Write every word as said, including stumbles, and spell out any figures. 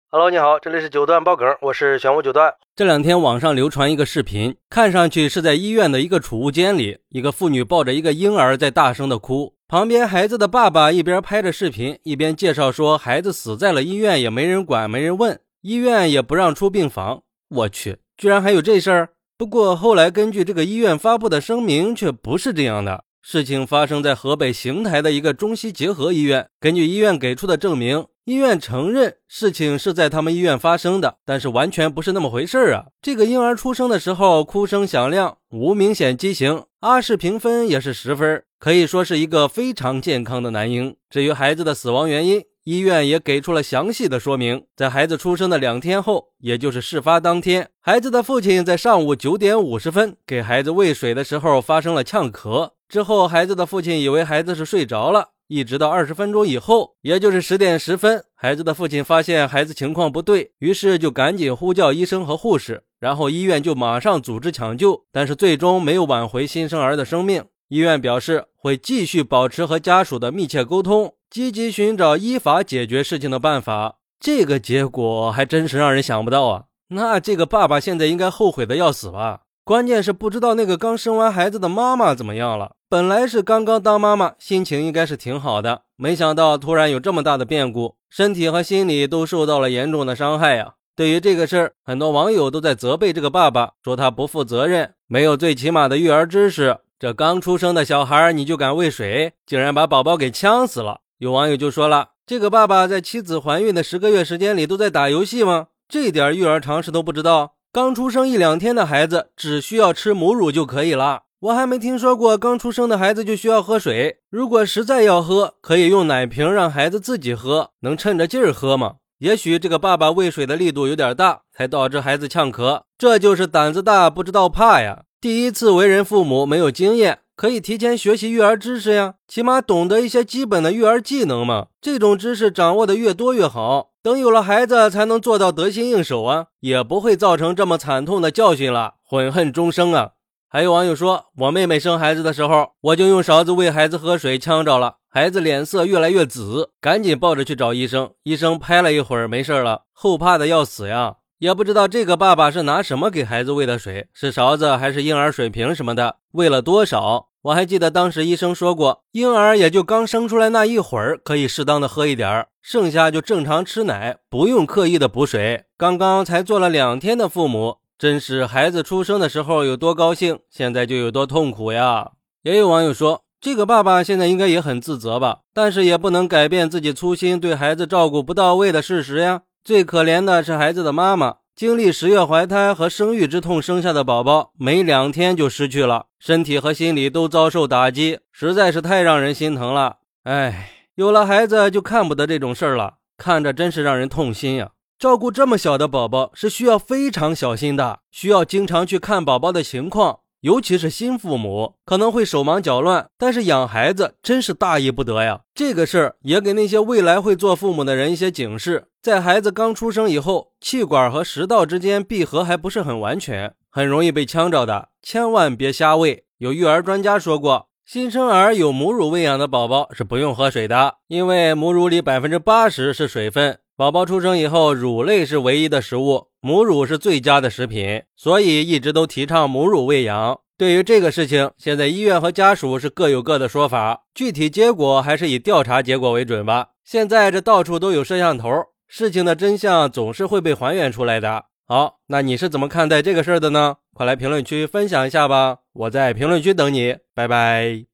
Hello， 你好，这里是九段爆梗，我是玄武九段。 这两天网上流传一个视频，看上去是在医院的一个储物间里，一个妇女抱着一个婴儿在大声的哭，旁边孩子的爸爸一边拍着视频，一边介绍说孩子死在了医院，也没人管没人问，医院也不让出病房。我去，居然还有这事儿。不过后来根据这个医院发布的声明却不是这样的。事情发生在河北邢台的一个中西结合医院，根据医院给出的证明，医院承认事情是在他们医院发生的，但是完全不是那么回事啊！这个婴儿出生的时候哭声响亮，无明显畸形，阿氏评分也是十分，可以说是一个非常健康的男婴。至于孩子的死亡原因，医院也给出了详细的说明。在孩子出生的两天后，也就是事发当天，孩子的父亲在上午九点五十分给孩子喂水的时候发生了呛咳，之后孩子的父亲以为孩子是睡着了，一直到二十分钟以后，也就是十点十分，孩子的父亲发现孩子情况不对，于是就赶紧呼叫医生和护士，然后医院就马上组织抢救，但是最终没有挽回新生儿的生命。医院表示会继续保持和家属的密切沟通，积极寻找依法解决事情的办法。这个结果还真是让人想不到啊！那这个爸爸现在应该后悔的要死吧？关键是不知道那个刚生完孩子的妈妈怎么样了。本来是刚刚当妈妈，心情应该是挺好的，没想到突然有这么大的变故，身体和心理都受到了严重的伤害呀。对于这个事儿，很多网友都在责备这个爸爸，说他不负责任，没有最起码的育儿知识。这刚出生的小孩你就敢喂水，竟然把宝宝给呛死了。有网友就说了，这个爸爸在妻子怀孕的十个月时间里都在打游戏吗？这点育儿常识都不知道？刚出生一两天的孩子只需要吃母乳就可以了，我还没听说过刚出生的孩子就需要喝水。如果实在要喝，可以用奶瓶让孩子自己喝，能趁着劲儿喝吗？也许这个爸爸喂水的力度有点大，才导致孩子呛咳，这就是胆子大不知道怕呀。第一次为人父母没有经验，可以提前学习育儿知识呀，起码懂得一些基本的育儿技能嘛。这种知识掌握的越多越好，等有了孩子才能做到得心应手啊，也不会造成这么惨痛的教训了，悔恨终生啊。还有网友说，我妹妹生孩子的时候，我就用勺子喂孩子喝水，呛着了，孩子脸色越来越紫，赶紧抱着去找医生，医生拍了一会儿没事了，后怕的要死呀。也不知道这个爸爸是拿什么给孩子喂的水，是勺子还是婴儿水瓶什么的，喂了多少？我还记得当时医生说过，婴儿也就刚生出来那一会儿可以适当的喝一点，剩下就正常吃奶，不用刻意的补水。刚刚才做了两天的父母，真是孩子出生的时候有多高兴，现在就有多痛苦呀。也有网友说，这个爸爸现在应该也很自责吧，但是也不能改变自己粗心对孩子照顾不到位的事实呀。最可怜的是孩子的妈妈，经历十月怀胎和生育之痛生下的宝宝，没两天就失去了，身体和心理都遭受打击，实在是太让人心疼了。哎，有了孩子就看不得这种事儿了，看着真是让人痛心呀。照顾这么小的宝宝是需要非常小心的，需要经常去看宝宝的情况，尤其是新父母可能会手忙脚乱，但是养孩子真是大意不得呀。这个事儿也给那些未来会做父母的人一些警示，在孩子刚出生以后，气管和食道之间闭合还不是很完全，很容易被呛着的，千万别瞎喂。有育儿专家说过，新生儿有母乳喂养的宝宝是不用喝水的，因为母乳里 百分之八十 是水分，宝宝出生以后乳类是唯一的食物，母乳是最佳的食品，所以一直都提倡母乳喂养。对于这个事情，现在医院和家属是各有各的说法，具体结果还是以调查结果为准吧。现在这到处都有摄像头，事情的真相总是会被还原出来的。好，那你是怎么看待这个事儿的呢？快来评论区分享一下吧，我在评论区等你，拜拜。